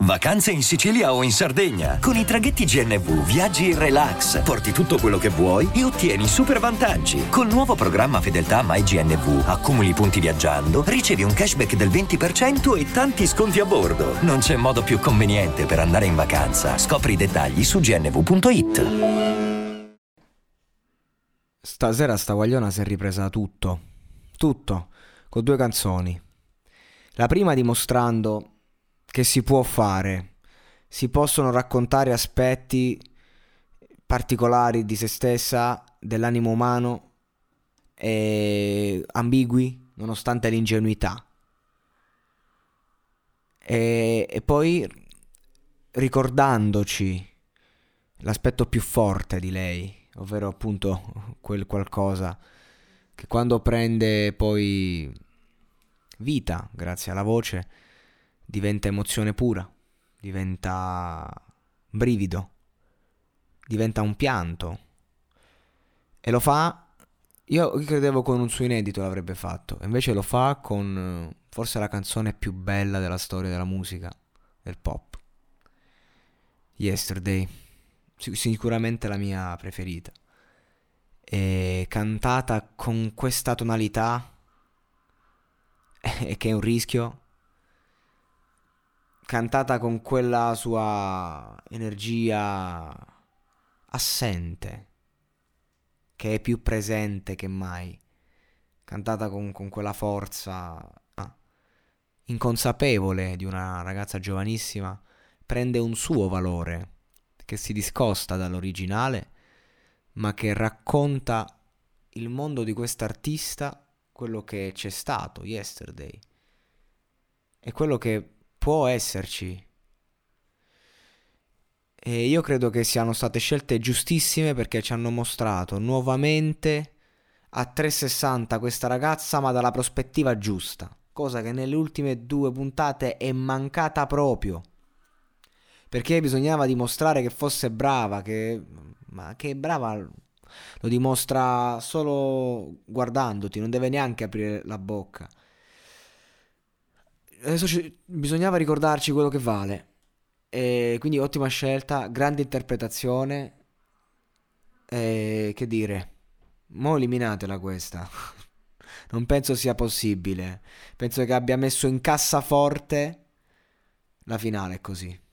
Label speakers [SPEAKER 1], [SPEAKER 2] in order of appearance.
[SPEAKER 1] Vacanze in Sicilia o in Sardegna. Con i traghetti GNV viaggi in relax, porti tutto quello che vuoi e ottieni super vantaggi. Col nuovo programma Fedeltà MyGNV accumuli punti viaggiando, ricevi un cashback del 20% e tanti sconti a bordo. Non c'è modo più conveniente per andare in vacanza. Scopri i dettagli su gnv.it.
[SPEAKER 2] Stasera sta guagliona si è ripresa tutto, con 2 canzoni. La prima dimostrando che si può fare, si possono raccontare aspetti particolari di se stessa, dell'animo umano, e ambigui nonostante l'ingenuità. E poi ricordandoci l'aspetto più forte di lei, ovvero appunto quel qualcosa che quando prende poi vita grazie alla voce diventa emozione pura, diventa brivido, diventa un pianto. E lo fa, io credevo con un suo inedito l'avrebbe fatto, invece lo fa con forse la canzone più bella della storia della musica, del pop. Yesterday, sicuramente la mia preferita. E cantata con questa tonalità, che è un rischio, cantata con quella sua energia assente, che è più presente che mai, cantata con quella forza inconsapevole di una ragazza giovanissima, prende un suo valore che si discosta dall'originale, ma che racconta il mondo di quest'artista, quello che c'è stato, Yesterday, e quello che può esserci. E io credo che siano state scelte giustissime perché ci hanno mostrato nuovamente a 360 questa ragazza, ma dalla prospettiva giusta, cosa che nelle ultime 2 puntate è mancata proprio, perché bisognava dimostrare che fosse brava, ma che brava lo dimostra solo guardandoti, non deve neanche aprire la bocca. Adesso bisognava ricordarci quello che vale. E quindi ottima scelta, grande interpretazione. Che dire, mo eliminatela questa. Non penso sia possibile. Penso che abbia messo in cassaforte la finale così.